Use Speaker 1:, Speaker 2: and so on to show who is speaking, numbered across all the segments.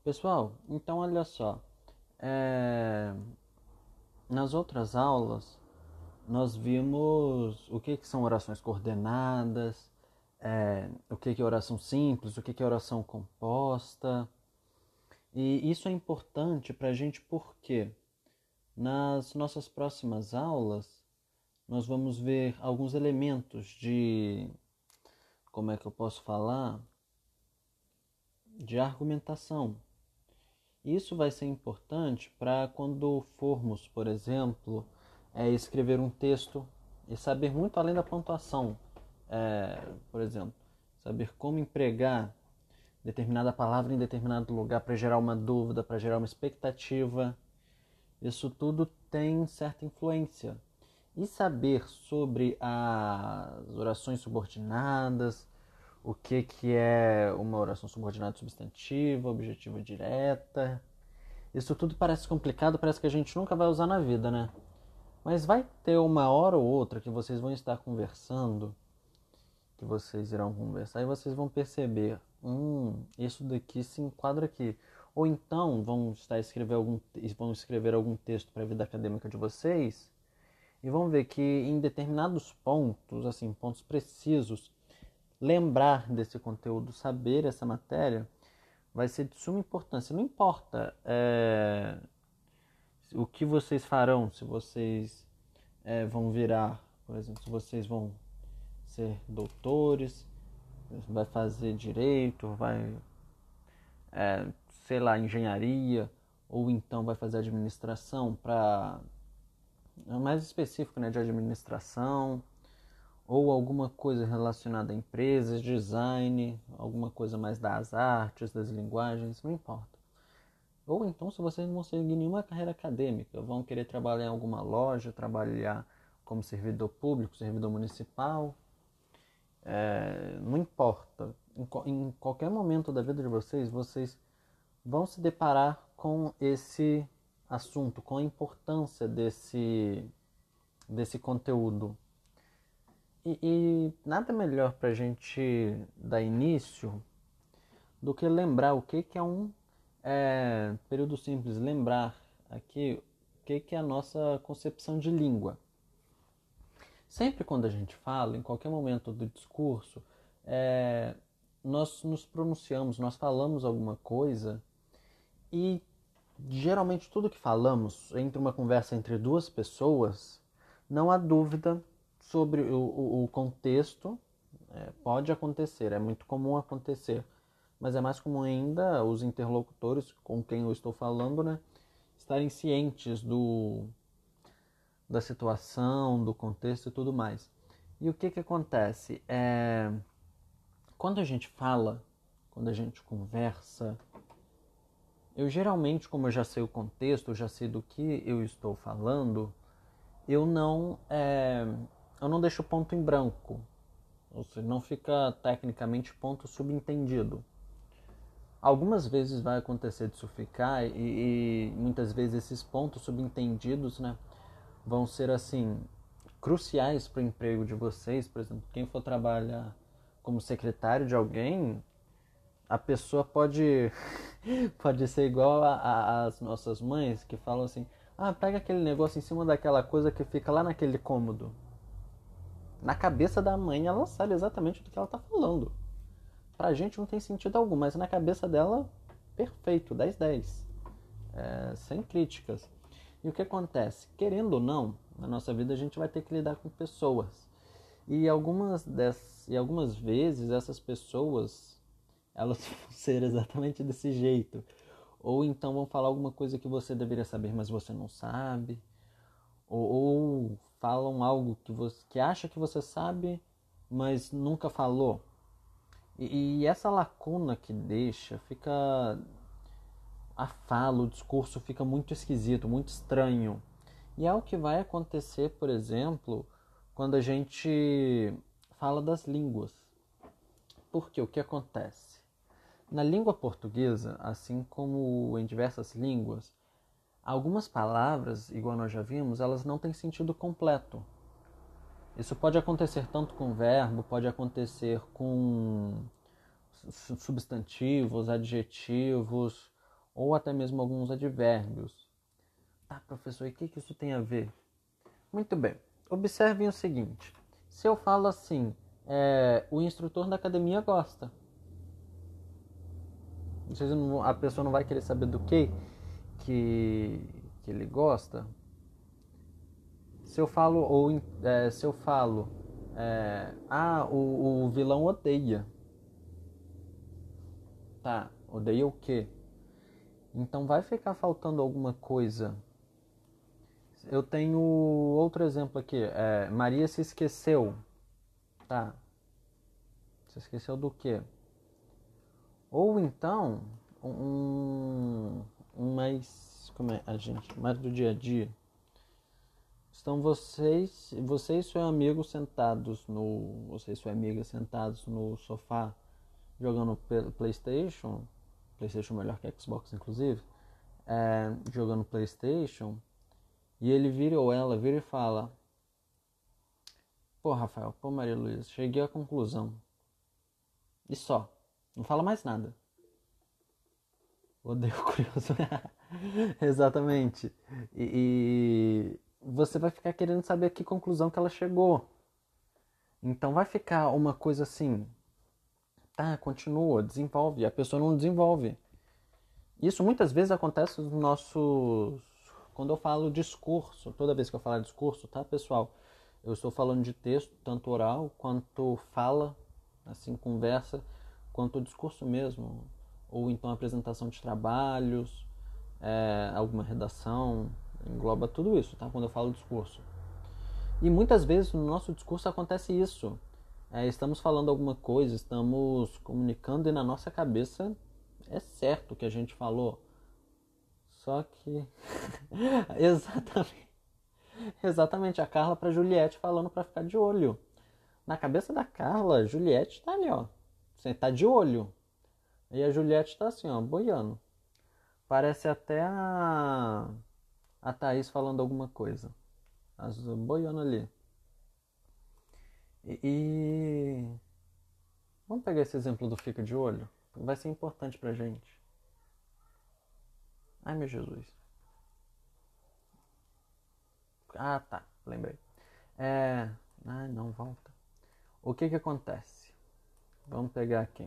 Speaker 1: Pessoal, então olha só, é, nas outras aulas nós vimos o que são orações coordenadas, o que é oração simples, o que é oração composta, e isso é importante para a gente porque nas nossas próximas aulas nós vamos ver alguns elementos de, como é que eu posso falar, de argumentação. Isso vai ser importante para quando formos, por exemplo, escrever um texto e saber muito além da pontuação. Por exemplo, saber como empregar determinada palavra em determinado lugar para gerar uma dúvida, para gerar uma expectativa. Isso tudo tem certa influência. E saber sobre as orações subordinadas, o que é uma oração subordinada substantiva, objetiva direta. Isso tudo parece complicado, parece que a gente nunca vai usar na vida, né? Mas vai ter uma hora ou outra que vocês vão estar conversando, que vocês irão conversar e vocês vão perceber, isso daqui se enquadra aqui. Ou então vão escrever algum texto para a vida acadêmica de vocês e vão ver que em determinados pontos, assim, pontos precisos, lembrar desse conteúdo, saber essa matéria, vai ser de suma importância. Não importa o que vocês farão, se vocês vão virar, por exemplo, se vocês vão ser doutores, vai fazer direito, vai, sei lá, engenharia, ou então vai fazer administração para mais específico, né, de administração, ou alguma coisa relacionada a empresas, design, alguma coisa mais das artes, das linguagens, não importa. Ou então, se vocês não vão seguir nenhuma carreira acadêmica, vão querer trabalhar em alguma loja, trabalhar como servidor público, servidor municipal, não importa. Em qualquer momento da vida de vocês, vocês vão se deparar com esse assunto, com a importância desse conteúdo. E nada melhor para a gente dar início do que lembrar o que é um período simples. Lembrar aqui o que é a nossa concepção de língua. Sempre quando a gente fala, em qualquer momento do discurso, nós nos pronunciamos, nós falamos alguma coisa e geralmente tudo que falamos entre uma conversa entre duas pessoas, não há dúvida sobre o contexto. Pode acontecer, é muito comum acontecer, mas é mais comum ainda os interlocutores com quem eu estou falando, né, estarem cientes da situação, do contexto e tudo mais. E o que acontece? Quando a gente fala, quando a gente conversa, eu geralmente, como eu já sei o contexto, eu já sei do que eu estou falando, eu não deixo ponto em branco. Ou seja, não fica tecnicamente ponto subentendido. Algumas vezes vai acontecer disso ficar e muitas vezes esses pontos subentendidos, né, vão ser assim cruciais para o emprego de vocês. Por exemplo, quem for trabalhar como secretário de alguém, a pessoa pode pode ser igual às nossas mães que falam assim: ah, pega aquele negócio em cima daquela coisa que fica lá naquele cômodo. Na cabeça da mãe ela sabe exatamente do que ela está falando. Pra gente não tem sentido algum, mas na cabeça dela, perfeito, 10/10. Sem críticas. E o que acontece? Querendo ou não, na nossa vida a gente vai ter que lidar com pessoas. E algumas vezes essas pessoas, elas vão ser exatamente desse jeito. Ou então vão falar alguma coisa que você deveria saber, mas você não sabe. Ou falam algo que acha que você sabe, mas nunca falou. E essa lacuna que deixa, a fala, o discurso fica muito esquisito, muito estranho. E é o que vai acontecer, por exemplo, quando a gente fala das línguas. Porque o que acontece? Na língua portuguesa, assim como em diversas línguas, algumas palavras, igual nós já vimos, elas não têm sentido completo. Isso pode acontecer tanto com verbo, pode acontecer com substantivos, adjetivos, ou até mesmo alguns advérbios. Tá, professor, e o que isso tem a ver? Muito bem, observem o seguinte, se eu falo assim, o instrutor da academia gosta, a pessoa não vai querer saber do que ele gosta. Se eu falo, se eu falo, o vilão odeia. Tá, odeia o quê? Então vai ficar faltando alguma coisa. Eu tenho outro exemplo aqui. Maria se esqueceu. Tá, se esqueceu do quê? Ou então, mais, como é, a gente, mais do dia a dia. Estão você e seu amigo você e sua amiga sentados no sofá jogando PlayStation, PlayStation melhor que Xbox inclusive, jogando PlayStation, e ele vira ou ela vira e fala: pô, Rafael, pô, Maria Luísa, cheguei à conclusão. E só, não fala mais nada. Odeio curioso. Exatamente. E você vai ficar querendo saber a que conclusão que ela chegou. Então vai ficar uma coisa assim, tá, continua, desenvolve. E a pessoa não desenvolve. Isso muitas vezes acontece nos nossos... Quando eu falo discurso, toda vez que eu falar discurso, tá, pessoal? Eu estou falando de texto, tanto oral quanto fala, assim, conversa, quanto discurso mesmo. Ou então apresentação de trabalhos, alguma redação, engloba tudo isso, tá? Quando eu falo discurso. E muitas vezes no nosso discurso acontece isso. Estamos falando alguma coisa, estamos comunicando e na nossa cabeça é certo o que a gente falou. Só que... exatamente, exatamente, a Carla pra Juliette falando pra ficar de olho. Na cabeça da Carla, Juliette tá ali, ó. Você tá de olho. E a Juliette tá assim, ó, boiando. Parece até a Thaís falando alguma coisa. As boiando ali. E vamos pegar esse exemplo do fica de olho? Vai ser importante pra gente. Ai, meu Jesus. Ah, tá. Lembrei. Ai, não, volta. O que que acontece? Vamos pegar aqui.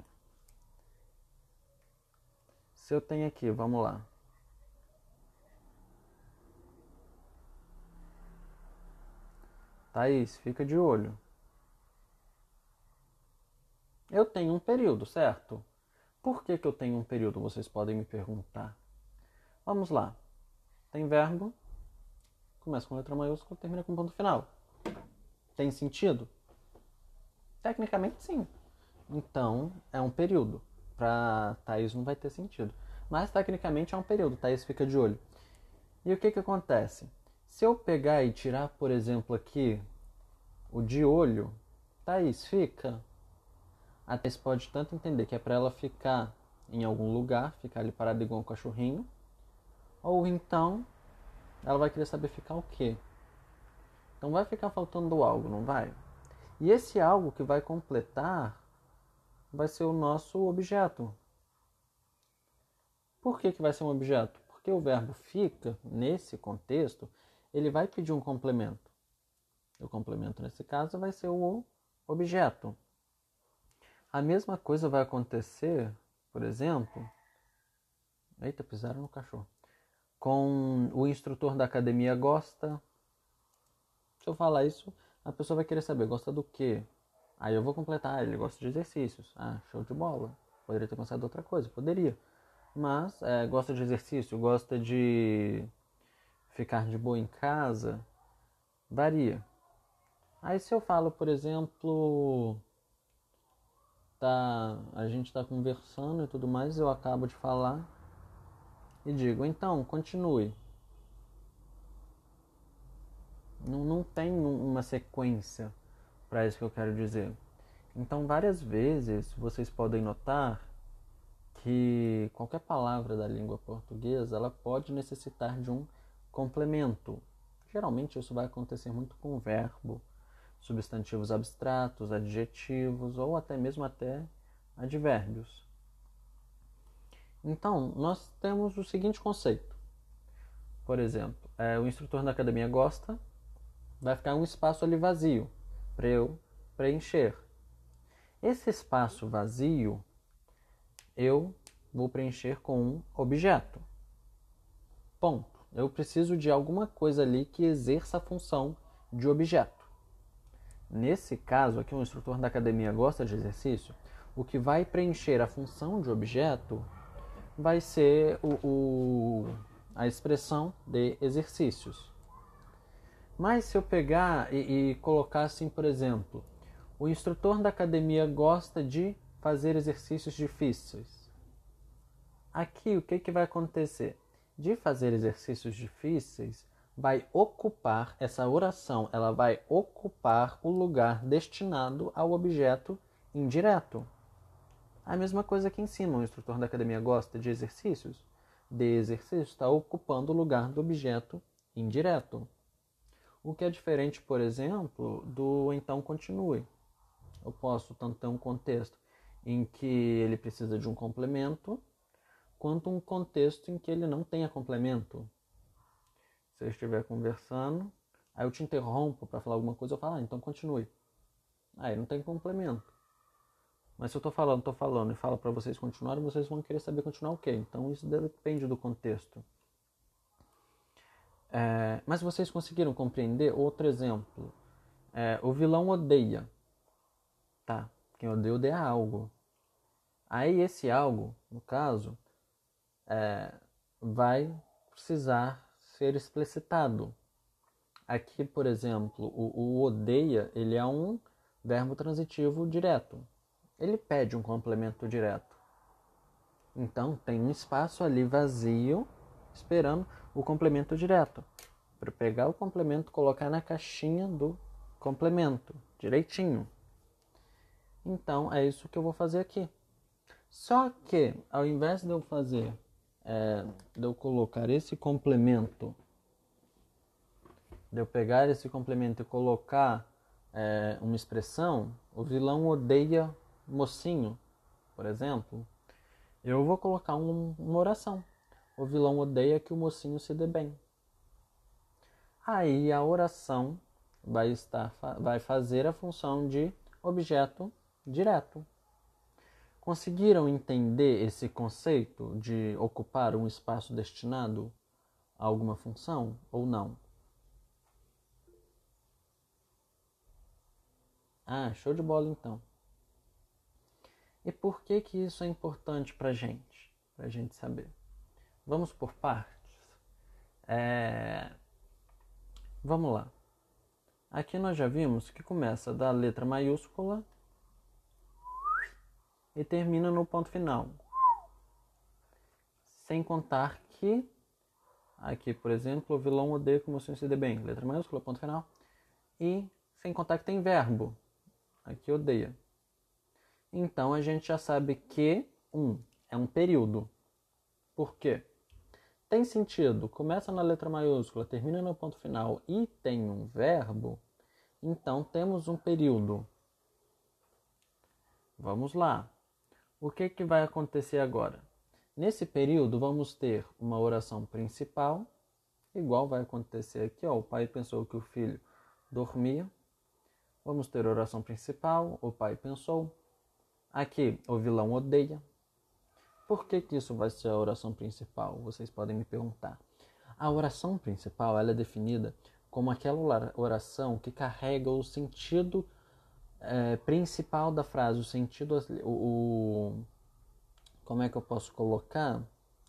Speaker 1: Se eu tenho aqui, vamos lá. Thaís, fica de olho. Eu tenho um período, certo? Por que que eu tenho um período? Vocês podem me perguntar. Vamos lá. Tem verbo, começa com letra maiúscula, termina com ponto final. Tem sentido? Tecnicamente, sim. Então, é um período. Para Thaís não vai ter sentido. Mas, tecnicamente, é um período. Thaís fica de olho. E o que que acontece? Se eu pegar e tirar, por exemplo, aqui o de olho, Thaís fica. A Thaís pode tanto entender que é para ela ficar em algum lugar, ficar ali parada igual um cachorrinho, ou então ela vai querer saber ficar o quê? Então vai ficar faltando algo, não vai? E esse algo que vai completar vai ser o nosso objeto. Por que que vai ser um objeto? Porque o verbo fica, nesse contexto, ele vai pedir um complemento. O complemento, nesse caso, vai ser o objeto. A mesma coisa vai acontecer, por exemplo... Eita, pisaram no cachorro. Com o instrutor da academia gosta. Se eu falar isso, a pessoa vai querer saber, gosta do quê? Aí eu vou completar, ele gosta de exercícios. Ah, show de bola. Poderia ter pensado em outra coisa, poderia. Mas gosta de exercício, gosta de ficar de boa em casa, varia. Aí se eu falo, por exemplo, a gente tá conversando e tudo mais, eu acabo de falar e digo, então, continue. Não tem uma sequência para isso que eu quero dizer. Então, várias vezes vocês podem notar que qualquer palavra da língua portuguesa ela pode necessitar de um complemento. Geralmente isso vai acontecer muito com verbo, substantivos abstratos, adjetivos ou até mesmo até advérbios. Então, nós temos o seguinte conceito. Por exemplo, o instrutor da academia gosta, vai ficar um espaço ali vazio para eu preencher. Esse espaço vazio eu vou preencher com um objeto. Ponto. Eu preciso de alguma coisa ali que exerça a função de objeto. Nesse caso aqui, o instrutor da academia gosta de exercício, o que vai preencher a função de objeto vai ser a expressão de exercícios. Mas se eu pegar e colocar assim, por exemplo, o instrutor da academia gosta de fazer exercícios difíceis. Aqui, o que vai acontecer? De fazer exercícios difíceis, vai ocupar, essa oração, ela vai ocupar o lugar destinado ao objeto indireto. A mesma coisa aqui em cima, o instrutor da academia gosta de exercícios. De exercício está ocupando o lugar do objeto indireto. O que é diferente, por exemplo, do então continue. Eu posso tanto ter um contexto em que ele precisa de um complemento, quanto um contexto em que ele não tenha complemento. Se eu estiver conversando, aí eu te interrompo para falar alguma coisa, eu falo, então continue. Aí não tem complemento. Mas se eu estou falando e falo para vocês continuarem, vocês vão querer saber continuar o quê? Então isso depende do contexto. Mas vocês conseguiram compreender? Outro exemplo. O vilão odeia. Tá? Quem odeia algo. Aí esse algo, no caso, vai precisar ser explicitado. Aqui, por exemplo, o odeia, ele é um verbo transitivo direto. Ele pede um complemento direto. Então, tem um espaço ali vazio, esperando o complemento direto. Para pegar o complemento, colocar na caixinha do complemento, direitinho. Então, é isso que eu vou fazer aqui. Só que, ao invés de eu fazer, de eu colocar esse complemento, de eu pegar esse complemento e colocar uma expressão, o vilão odeia mocinho, por exemplo, eu vou colocar uma oração. O vilão odeia que o mocinho se dê bem. Aí a oração vai fazer a função de objeto direto. Conseguiram entender esse conceito de ocupar um espaço destinado a alguma função ou não? Ah, show de bola então. E por que isso é importante para gente? Para a gente saber. Vamos por partes. Vamos lá. Aqui nós já vimos que começa da letra maiúscula e termina no ponto final. Sem contar que, aqui por exemplo, o vilão odeia que o mocinho se dê bem. Letra maiúscula, ponto final. E sem contar que tem verbo. Aqui odeia. Então a gente já sabe que é um período. Por quê? Tem sentido, começa na letra maiúscula, termina no ponto final e tem um verbo, então temos um período. Vamos lá. O que vai acontecer agora? Nesse período vamos ter uma oração principal, igual vai acontecer aqui, o pai pensou que o filho dormia. Vamos ter oração principal, o pai pensou. Aqui o vilão odeia. Por que isso vai ser a oração principal? Vocês podem me perguntar. A oração principal ela é definida como aquela oração que carrega o sentido principal da frase, o sentido, como é que eu posso colocar?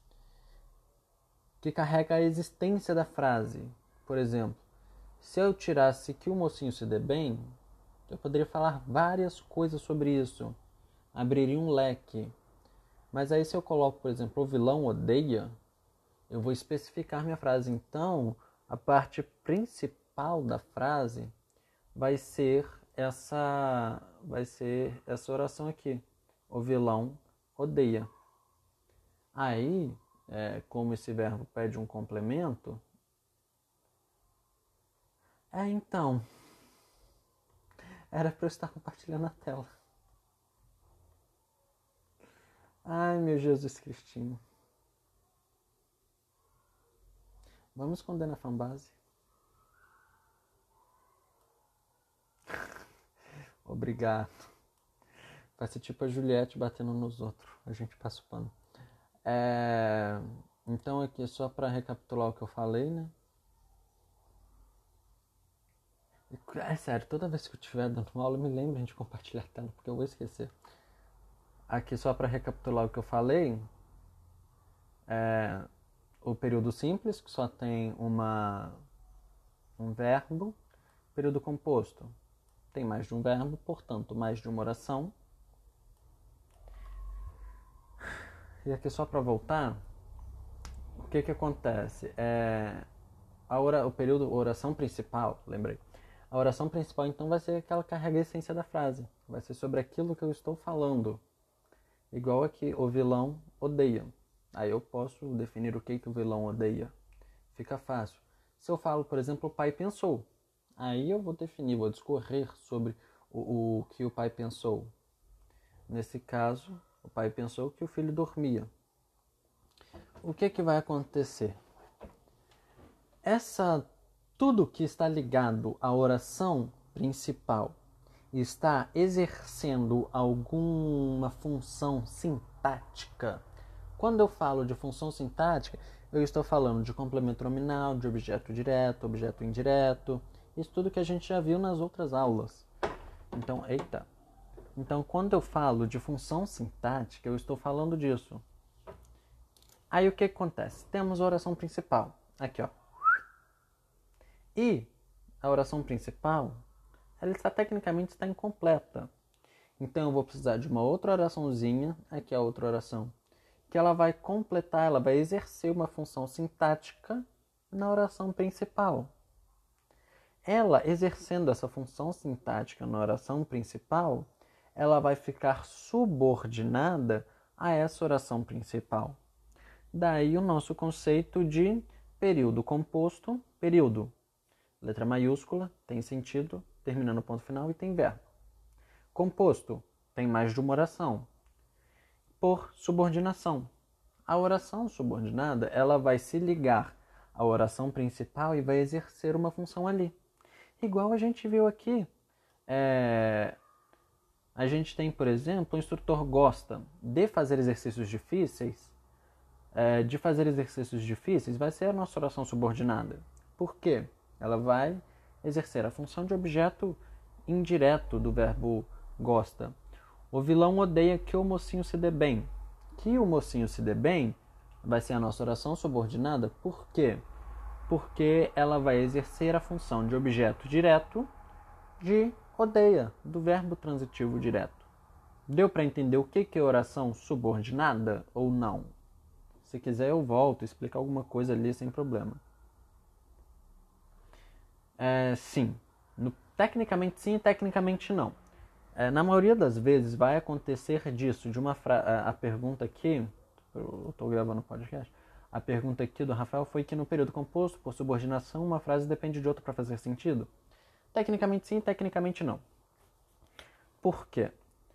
Speaker 1: Que carrega a existência da frase. Por exemplo, se eu tirasse que o mocinho se dê bem, eu poderia falar várias coisas sobre isso. Abriria um leque. Mas aí se eu coloco, por exemplo, o vilão odeia, eu vou especificar minha frase. Então, a parte principal da frase vai ser essa oração aqui. O vilão odeia. Aí, como esse verbo pede um complemento, então, era para eu estar compartilhando a tela. Ai, meu Jesus Cristinho. Vamos esconder na fanbase. Obrigado. Vai ser tipo a Juliette batendo nos outros. A gente passa o pano. Então aqui, só para recapitular o que eu falei, né? É sério, toda vez que eu estiver dando uma aula, me lembrem de compartilhar a tela, porque eu vou esquecer. Aqui, só para recapitular o que eu falei, o período simples, que só tem um verbo. Período composto tem mais de um verbo, portanto, mais de uma oração. E aqui, só para voltar, o que acontece? O período oração principal, lembrei. A oração principal, então, vai ser aquela que carrega a essência da frase. Vai ser sobre aquilo que eu estou falando. Igual aqui, o vilão odeia. Aí eu posso definir o que o vilão odeia. Fica fácil. Se eu falo, por exemplo, o pai pensou. Aí eu vou definir, vou discorrer sobre o que o pai pensou. Nesse caso, o pai pensou que o filho dormia. O que vai acontecer? Tudo que está ligado à oração principal está exercendo alguma função sintática. Quando eu falo de função sintática, eu estou falando de complemento nominal, de objeto direto, objeto indireto, isso tudo que a gente já viu nas outras aulas. Então, quando eu falo de função sintática, eu estou falando disso. Aí o que acontece? Temos a oração principal. Aqui, ó. E a oração principal, ela tecnicamente está incompleta. Então eu vou precisar de uma outra oraçãozinha, aqui é a outra oração, que ela vai completar, ela vai exercer uma função sintática na oração principal. Ela, exercendo essa função sintática na oração principal, ela vai ficar subordinada a essa oração principal. Daí o nosso conceito de período composto, período, letra maiúscula, tem sentido, termina no ponto final e tem verbo. Composto, tem mais de uma oração. Por subordinação. A oração subordinada, ela vai se ligar à oração principal e vai exercer uma função ali. Igual a gente viu aqui. A gente tem, por exemplo, o instrutor gosta de fazer exercícios difíceis. Vai ser a nossa oração subordinada. Por quê? Ela vai exercer a função de objeto indireto do verbo gosta. O vilão odeia que o mocinho se dê bem. Que o mocinho se dê bem vai ser a nossa oração subordinada. Por quê? Porque ela vai exercer a função de objeto direto de odeia, do verbo transitivo direto. Deu para entender o que é oração subordinada ou não? Se quiser eu volto, explicar alguma coisa ali sem problema. Sim. Tecnicamente sim e tecnicamente não. Na maioria das vezes vai acontecer disso, de a pergunta aqui, eu estou gravando o podcast, a pergunta aqui do Rafael foi que no período composto, por subordinação, uma frase depende de outra para fazer sentido. Tecnicamente sim, tecnicamente não. Por quê?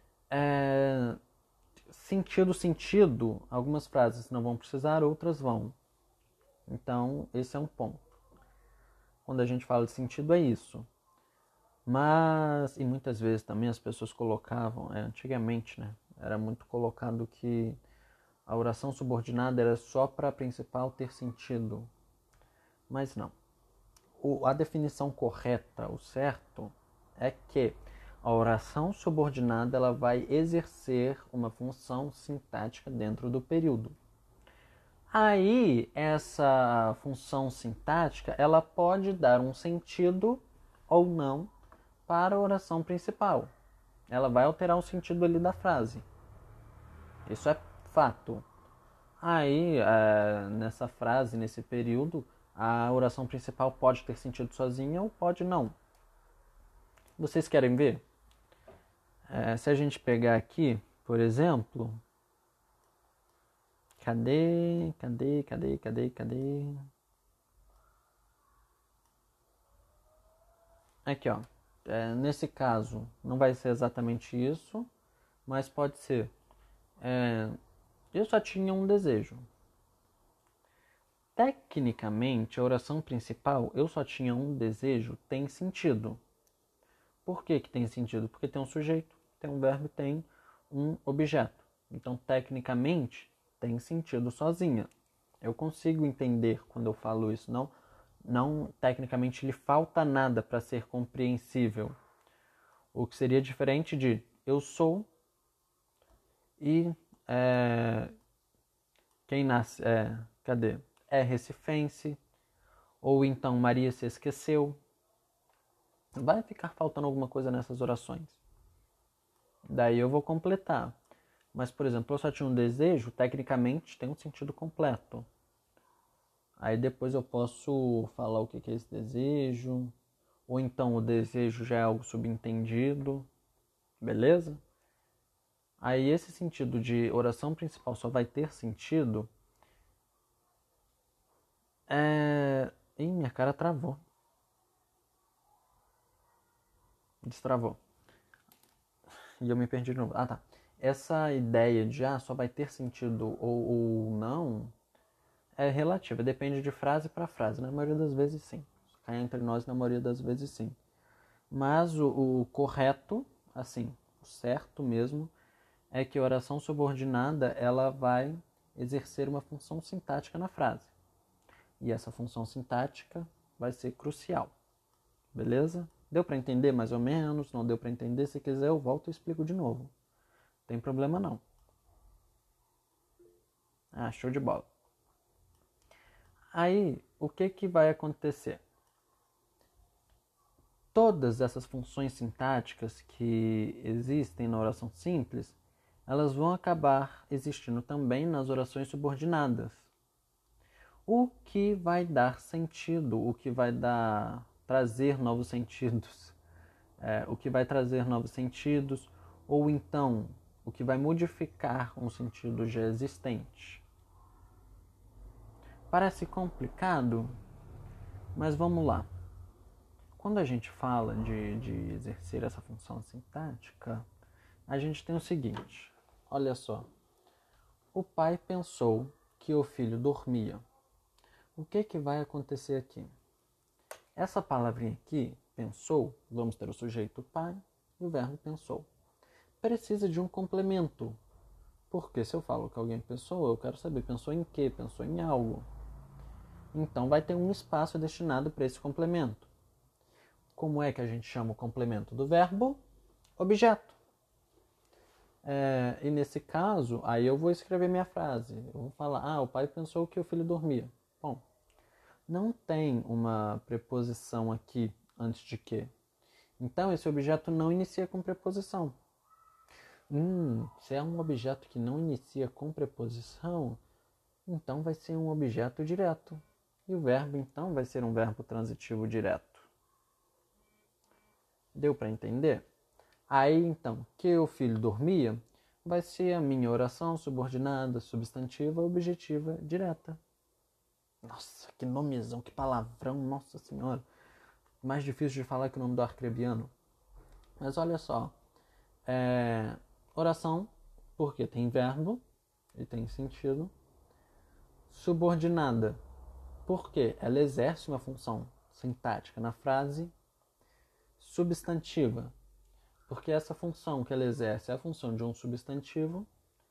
Speaker 1: Sentido, algumas frases não vão precisar, outras vão. Então, esse é um ponto. Quando a gente fala de sentido, é isso. Mas, e muitas vezes também as pessoas colocavam, antigamente, né? Era muito colocado que a oração subordinada era só para a principal ter sentido. Mas não. A definição correta, o certo, é que a oração subordinada ela vai exercer uma função sintática dentro do período. Aí, essa função sintática, ela pode dar um sentido ou não para a oração principal. Ela vai alterar o sentido ali da frase. Isso é fato. Aí, nessa frase, nesse período, a oração principal pode ter sentido sozinha ou pode não. Vocês querem ver? Se a gente pegar aqui, por exemplo... Cadê? Aqui, ó. Nesse caso, não vai ser exatamente isso, mas pode ser. Eu só tinha um desejo. Tecnicamente, a oração principal, eu só tinha um desejo, tem sentido. Por que que tem sentido? Porque tem um sujeito, tem um verbo, tem um objeto. Então, tecnicamente, tem sentido sozinha. Eu consigo entender quando eu falo isso. Não tecnicamente lhe falta nada para ser compreensível. O que seria diferente de eu sou e quem nasce cadê? É recifense, ou então Maria se esqueceu. Vai ficar faltando alguma coisa nessas orações. Daí eu vou completar. Mas, por exemplo, eu só tinha um desejo, tecnicamente tem um sentido completo. Aí depois eu posso falar o que é esse desejo, ou então o desejo já é algo subentendido, beleza? Aí esse sentido de oração principal só vai ter sentido. Ih, minha cara travou. Destravou. E eu me perdi de novo. Ah, tá. Essa ideia de só vai ter sentido ou não é relativa. Depende de frase para frase. Na maioria das vezes, sim. Cá entre nós, na maioria das vezes, sim. Mas o correto, assim, o certo mesmo, é que a oração subordinada ela vai exercer uma função sintática na frase. E essa função sintática vai ser crucial. Beleza? Deu para entender mais ou menos? Não deu para entender? Se quiser, eu volto e explico de novo. Não tem problema não. Show de bola. Aí, o que vai acontecer? Todas essas funções sintáticas que existem na oração simples, elas vão acabar existindo também nas orações subordinadas. O que vai dar sentido, o que vai trazer novos sentidos, o que vai trazer novos sentidos, ou então o que vai modificar um sentido já existente. Parece complicado, mas vamos lá. Quando a gente fala de exercer essa função sintática, a gente tem o seguinte, olha só. O pai pensou que o filho dormia. O que vai acontecer aqui? Essa palavrinha aqui, pensou, vamos ter o sujeito pai e o verbo pensou. Precisa de um complemento. Porque se eu falo que alguém pensou, eu quero saber pensou em quê? Pensou em algo. Então vai ter um espaço destinado para esse complemento. Como é que a gente chama o complemento do verbo? Objeto. E nesse caso, aí eu vou escrever minha frase. Eu vou falar, o pai pensou que o filho dormia. Bom, não tem uma preposição aqui antes de que. Então, esse objeto não inicia com preposição. Se é um objeto que não inicia com preposição, então vai ser um objeto direto. E o verbo, então, vai ser um verbo transitivo direto. Deu para entender? Aí, então, que o filho dormia vai ser a minha oração subordinada, substantiva, objetiva, direta. Nossa, que nomezão, que palavrão, nossa senhora. Mais difícil de falar que o nome do arcrebiano. Mas olha só. Oração, porque tem verbo e tem sentido. Subordinada, porque ela exerce uma função sintática na frase. Substantiva, porque essa função que ela exerce é a função de um substantivo.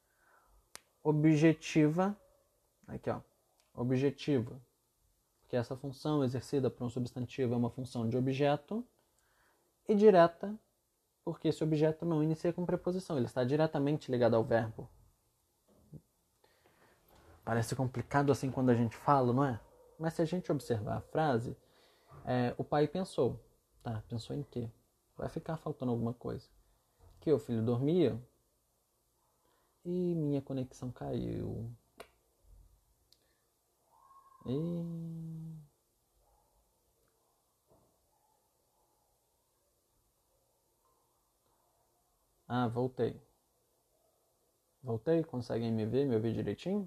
Speaker 1: Objetiva, aqui ó, objetiva, porque essa função exercida por um substantivo é uma função de objeto. E direta, porque esse objeto não inicia com preposição, ele está diretamente ligado ao verbo. Parece complicado assim quando a gente fala, não é? Mas se a gente observar a frase, o pai pensou. Tá, pensou em quê? Vai ficar faltando alguma coisa. Que o filho dormia e minha conexão caiu. Voltei. Voltei? Conseguem me ver? Me ouvir direitinho?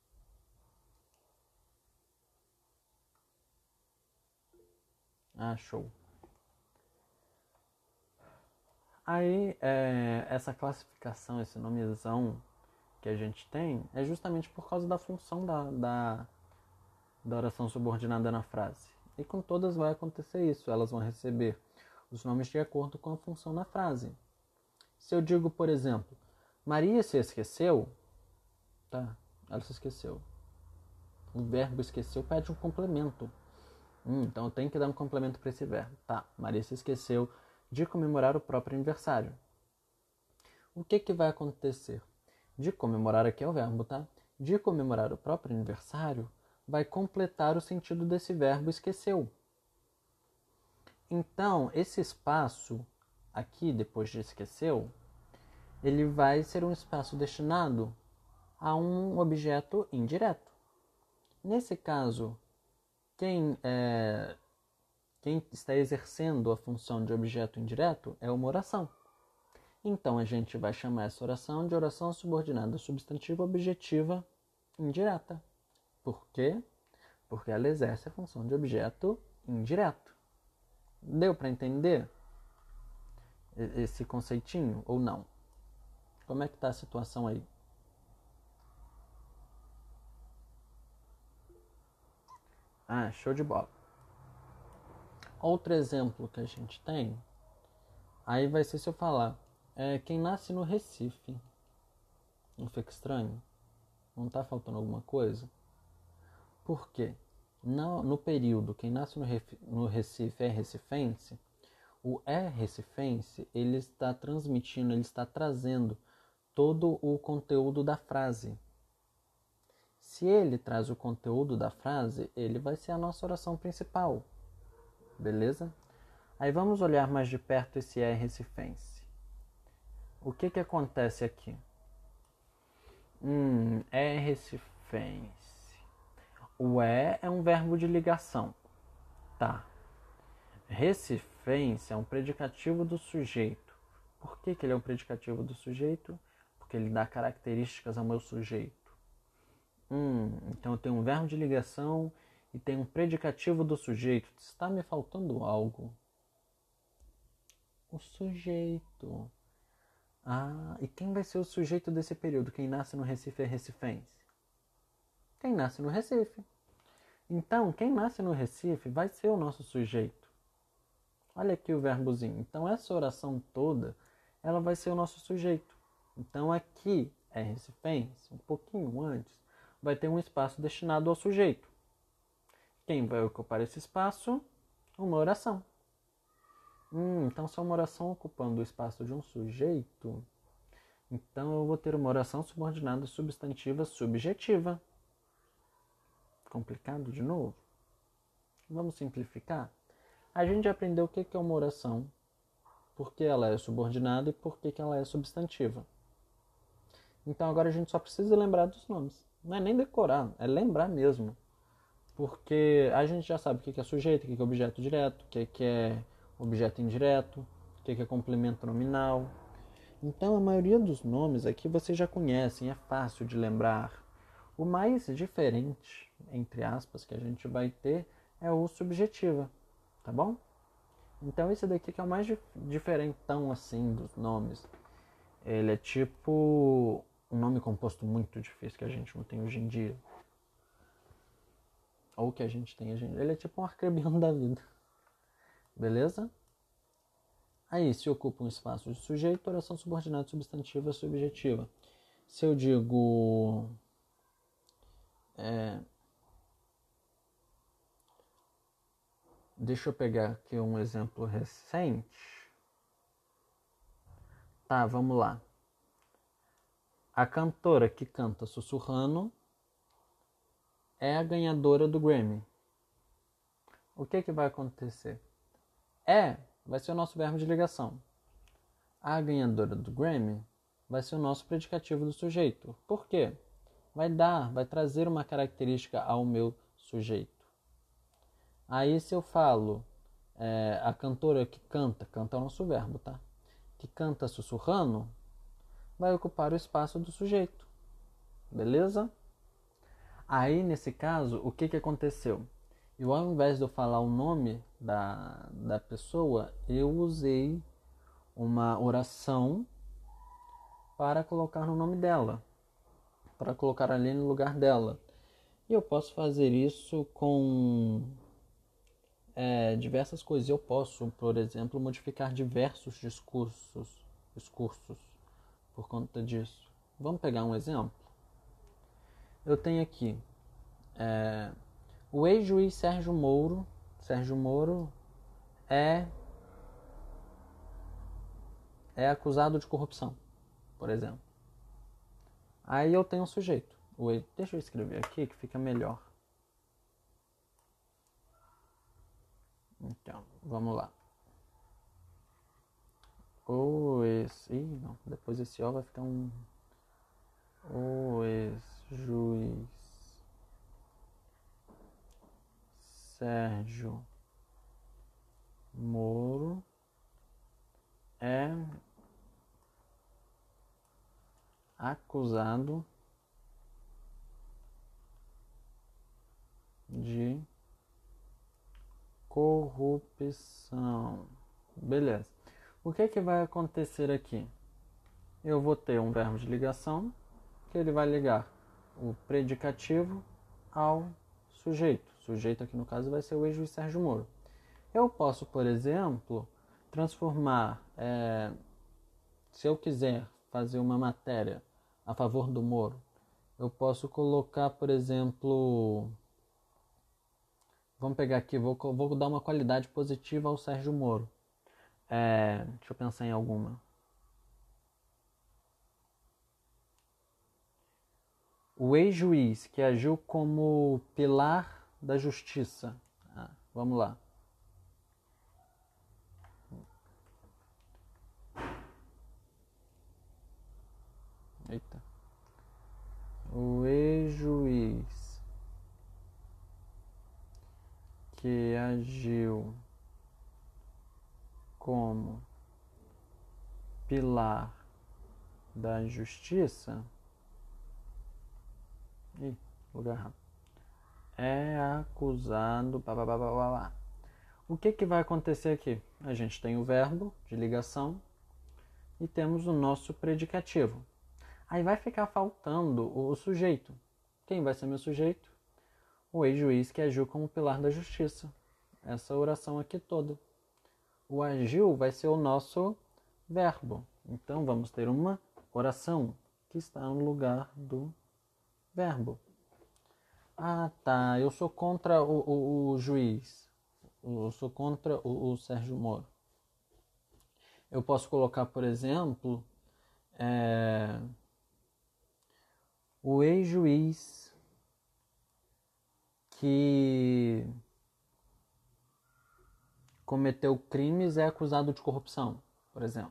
Speaker 1: Show. Aí, essa classificação, esse nomezão que a gente tem, é justamente por causa da função da oração subordinada na frase. E com todas vai acontecer isso, elas vão receber os nomes de acordo com a função na frase. Se eu digo, por exemplo, Maria se esqueceu, tá? Ela se esqueceu. O verbo esqueceu pede um complemento. Então eu tenho que dar um complemento para esse verbo. Tá, Maria se esqueceu de comemorar o próprio aniversário. O que vai acontecer? De comemorar aqui é o verbo, tá? De comemorar o próprio aniversário vai completar o sentido desse verbo esqueceu. Então, esse espaço aqui, depois de esqueceu, ele vai ser um espaço destinado a um objeto indireto. Nesse caso, quem está exercendo a função de objeto indireto é uma oração. Então, a gente vai chamar essa oração de oração subordinada substantiva objetiva indireta. Por quê? Porque ela exerce a função de objeto indireto. Deu para entender esse conceitinho ou não? Como é que está a situação aí? Ah, show de bola. Outro exemplo que a gente tem, aí vai ser se eu falar, quem nasce no Recife. Não fica estranho? Não está faltando alguma coisa? Por quê? No período, quem nasce no Recife é recifense, o é recifense, ele está transmitindo, ele está trazendo todo o conteúdo da frase. Se ele traz o conteúdo da frase, ele vai ser a nossa oração principal. Beleza? Aí vamos olhar mais de perto esse é recifense. O que acontece aqui? É recifense. O é um verbo de ligação. Tá. Recifense é um predicativo do sujeito. Por que ele é um predicativo do sujeito? Porque ele dá características ao meu sujeito. Então eu tenho um verbo de ligação e tenho um predicativo do sujeito. Está me faltando algo. O sujeito. E quem vai ser o sujeito desse período? Quem nasce no Recife é recifense? Quem nasce no Recife. Então, quem nasce no Recife vai ser o nosso sujeito. Olha aqui o verbozinho. Então, essa oração toda, ela vai ser o nosso sujeito. Então, aqui é recifense, um pouquinho antes, vai ter um espaço destinado ao sujeito. Quem vai ocupar esse espaço? Uma oração. Então, se é uma oração ocupando o espaço de um sujeito, então eu vou ter uma oração subordinada substantiva subjetiva. Complicado de novo? Vamos simplificar? A gente já aprendeu o que é uma oração, por que ela é subordinada e por que ela é substantiva. Então agora a gente só precisa lembrar dos nomes. Não é nem decorar, é lembrar mesmo. Porque a gente já sabe o que é sujeito, o que é objeto direto, o que é objeto indireto, o que é complemento nominal. Então a maioria dos nomes aqui vocês já conhecem, é fácil de lembrar. O mais diferente, entre aspas, que a gente vai ter é o subjetiva, tá bom? Então esse daqui que é o mais diferentão assim dos nomes. Ele é tipo um nome composto muito difícil que a gente não tem hoje em dia. Ou que a gente tem hoje em dia. Ele é tipo um arcrebiano da vida. Beleza? Aí se ocupa um espaço de sujeito, oração subordinada substantiva subjetiva. Se eu digo... Deixa eu pegar aqui um exemplo recente. Tá, vamos lá. A cantora que canta sussurrando é a ganhadora do Grammy. O que vai acontecer? Vai ser o nosso verbo de ligação. A ganhadora do Grammy vai ser o nosso predicativo do sujeito. Por quê? Vai trazer uma característica ao meu sujeito. Aí se eu falo a cantora que canta é o nosso verbo, tá? Que canta sussurrando, vai ocupar o espaço do sujeito. Beleza? Aí nesse caso, o que aconteceu? Eu, ao invés de eu falar o nome da pessoa, eu usei uma oração para colocar no nome dela, para colocar ali no lugar dela. E eu posso fazer isso com diversas coisas. Eu posso, por exemplo, modificar diversos discursos por conta disso. Vamos pegar um exemplo? Eu tenho aqui o ex-juiz Sérgio Moro. Sérgio Moro é acusado de corrupção, por exemplo. Aí eu tenho um sujeito. Deixa eu escrever aqui que fica melhor. Então, vamos lá. Não, depois esse O vai ficar um... O ex-juiz Sérgio Moro é acusado de corrupção. Beleza. O que vai acontecer aqui? Eu vou ter um verbo de ligação que ele vai ligar o predicativo ao sujeito. O sujeito aqui no caso vai ser o ex-juiz Sérgio Moro. Eu posso, por exemplo, transformar, se eu quiser fazer uma matéria a favor do Moro, eu posso colocar, por exemplo, vamos pegar aqui, vou dar uma qualidade positiva ao Sérgio Moro. Deixa eu pensar em alguma. O ex-juiz que agiu como pilar da justiça. Vamos lá. Eita. O ex-juiz que agiu como pilar da justiça. Lugar errado. É acusado. O que vai acontecer aqui? A gente tem o verbo de ligação e temos o nosso predicativo. Aí vai ficar faltando o sujeito. Quem vai ser meu sujeito? O ex-juiz que agiu como pilar da justiça. Essa oração aqui toda. O agiu vai ser o nosso verbo. Então vamos ter uma oração que está no lugar do verbo. Tá. Eu sou contra o juiz. Eu sou contra o Sérgio Moro. Eu posso colocar, por exemplo, o ex-juiz que cometeu crimes é acusado de corrupção, por exemplo.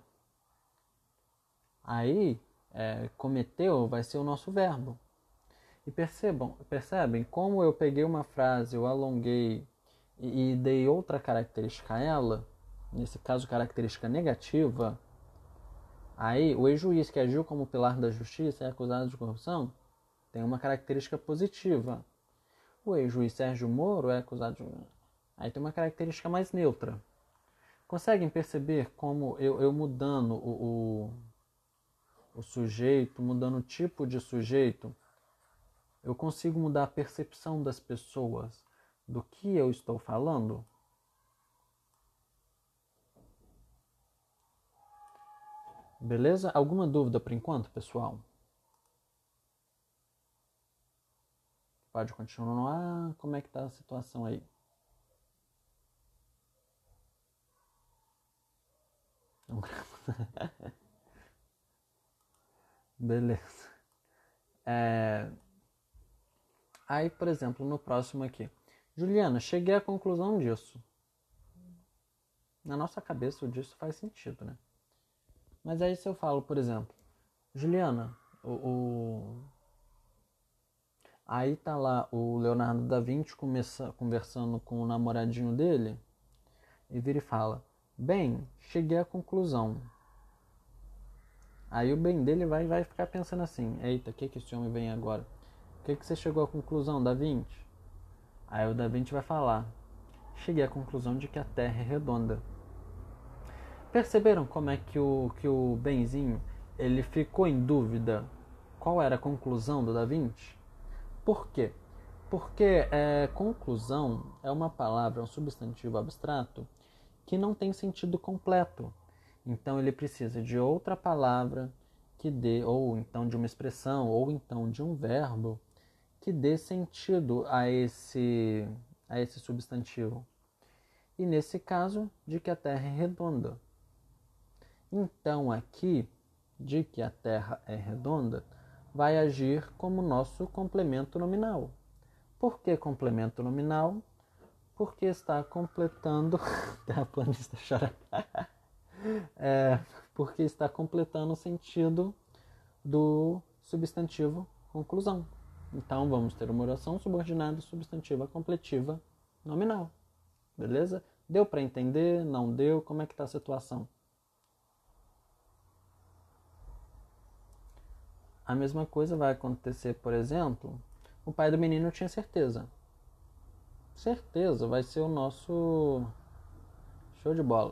Speaker 1: Aí, cometeu vai ser o nosso verbo. E percebem como eu peguei uma frase, eu alonguei e dei outra característica a ela, nesse caso característica negativa. Aí, o ex-juiz que agiu como pilar da justiça é acusado de corrupção, tem uma característica positiva. O ex-juiz Sérgio Moro é acusado de... Aí tem uma característica mais neutra. Conseguem perceber como eu mudando o sujeito, mudando o tipo de sujeito, eu consigo mudar a percepção das pessoas do que eu estou falando? Beleza? Alguma dúvida por enquanto, pessoal? Pode continuar. Como é que tá a situação aí? Beleza. Aí, por exemplo, no próximo aqui. Juliana, cheguei à conclusão disso. Na nossa cabeça, o disso faz sentido, né? Mas aí se eu falo, por exemplo, Juliana, aí tá lá o Leonardo da Vinci conversando com o namoradinho dele e vira e fala, bem, cheguei à conclusão. Aí o bem dele vai ficar pensando assim, eita, o que esse homem vem agora? O que você chegou à conclusão, Da Vinci? Aí o Da Vinci vai falar, cheguei à conclusão de que a Terra é redonda. Perceberam como é que o benzinho ele ficou em dúvida qual era a conclusão do Da Vinci? Por quê? Porque conclusão é uma palavra, um substantivo abstrato que não tem sentido completo. Então ele precisa de outra palavra que dê, ou então de uma expressão, ou então de um verbo que dê sentido a esse substantivo. E nesse caso, de que a Terra é redonda. Então aqui, de que a Terra é redonda, vai agir como nosso complemento nominal. Por que complemento nominal? Porque está completando. Terraplanista chora. Porque está completando o sentido do substantivo conclusão. Então vamos ter uma oração subordinada substantiva completiva nominal. Beleza? Deu para entender? Não deu? Como é que está a situação? A mesma coisa vai acontecer, por exemplo, o pai do menino tinha certeza. Certeza, vai ser o nosso show de bola.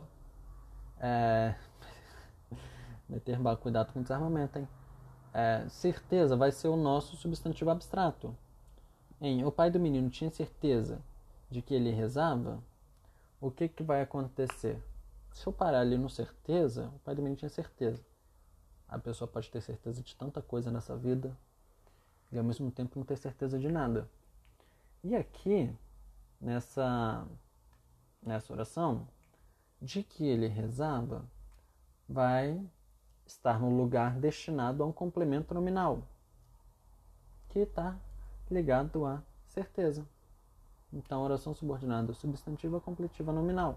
Speaker 1: Meter cuidado com desarmamento, hein? Certeza vai ser o nosso substantivo abstrato. O pai do menino tinha certeza de que ele rezava. O que vai acontecer? Se eu parar ali no certeza, o pai do menino tinha certeza. A pessoa pode ter certeza de tanta coisa nessa vida e ao mesmo tempo não ter certeza de nada. E aqui, nessa oração, de que ele rezava, vai estar no lugar destinado a um complemento nominal, que está ligado à certeza. Então, oração subordinada substantiva completiva nominal.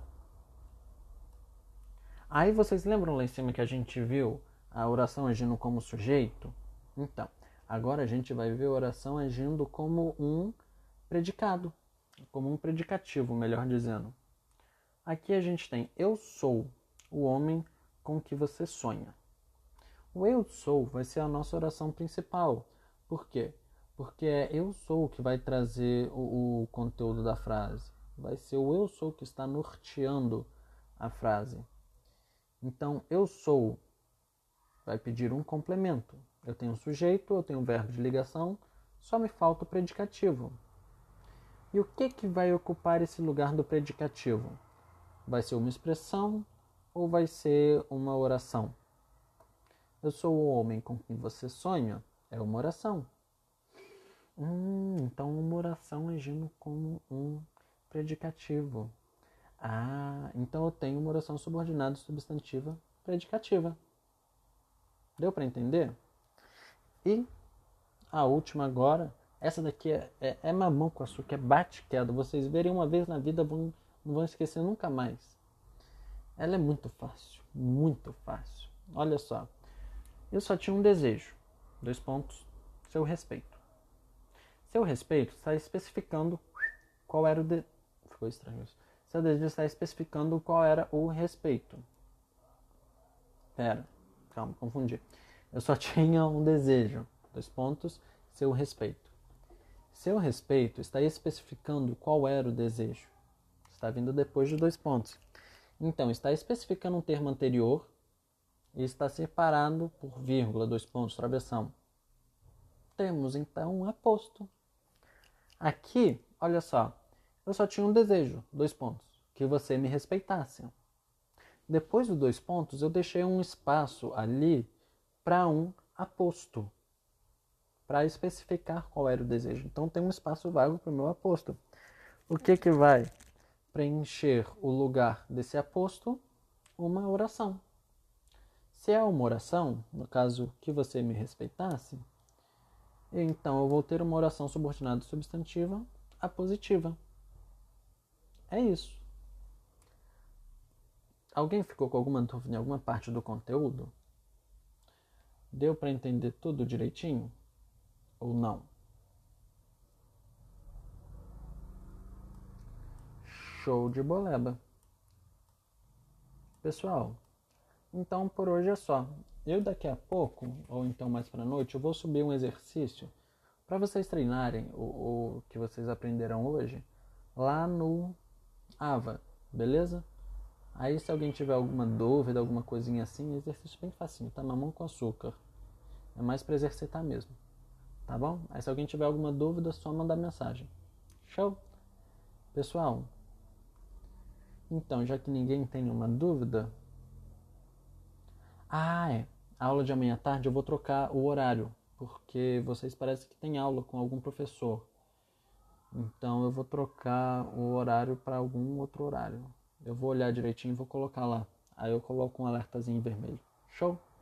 Speaker 1: Aí vocês lembram lá em cima que a gente viu a oração agindo como sujeito? Então, agora a gente vai ver a oração agindo como um predicado, como um predicativo, melhor dizendo. Aqui a gente tem eu sou o homem com que você sonha. O eu sou vai ser a nossa oração principal. Por quê? Porque é eu sou que vai trazer o conteúdo da frase. Vai ser o eu sou que está norteando a frase. Então, eu sou vai pedir um complemento. Eu tenho um sujeito, eu tenho um verbo de ligação, só me falta o predicativo. E o que vai ocupar esse lugar do predicativo? Vai ser uma expressão ou vai ser uma oração? Eu sou o homem com quem você sonha é uma oração. Então uma oração agindo como um predicativo. Então eu tenho uma oração subordinada substantiva predicativa. Deu para entender? E a última agora, essa daqui é mamão com açúcar, é bate-queda. Vocês verem uma vez na vida, não vão esquecer nunca mais. Ela é muito fácil, muito fácil. Olha só, eu só tinha um desejo. 2 pontos, seu respeito. Seu respeito está especificando qual era o Ficou estranho isso. Seu desejo está especificando qual era o respeito. Calma, confundi. Eu só tinha um desejo. 2 pontos, seu respeito. Seu respeito está especificando qual era o desejo. Está vindo depois de 2 pontos. Então, está especificando um termo anterior e está separado por vírgula, 2 pontos, travessão. Temos, então, um aposto. Aqui, olha só, eu só tinha um desejo, 2 pontos, que você me respeitasse. Depois dos 2 pontos, eu deixei um espaço ali para um aposto, para especificar qual era o desejo. Então, tem um espaço vago para o meu aposto. O que vai preencher o lugar desse aposto? Uma oração. Se é uma oração, no caso que você me respeitasse, então eu vou ter uma oração subordinada substantiva apositiva. É isso. Alguém ficou com alguma dúvida em alguma parte do conteúdo? Deu para entender tudo direitinho? Ou não? Show de boleba. Pessoal, então por hoje é só. Eu daqui a pouco, ou então mais para a noite, eu vou subir um exercício para vocês treinarem o que vocês aprenderam hoje lá no Ava, beleza? Aí se alguém tiver alguma dúvida, alguma coisinha assim, exercício bem facinho, tá? Mamão com açúcar. É mais para exercitar mesmo. tá bom? Aí se alguém tiver alguma dúvida, é só mandar mensagem. Show? Pessoal, então, já que ninguém tem nenhuma dúvida... A aula de amanhã à tarde eu vou trocar o horário, porque vocês parecem que têm aula com algum professor. Então eu vou trocar o horário para algum outro horário. Eu vou olhar direitinho e vou colocar lá. Aí eu coloco um alertazinho vermelho. Show?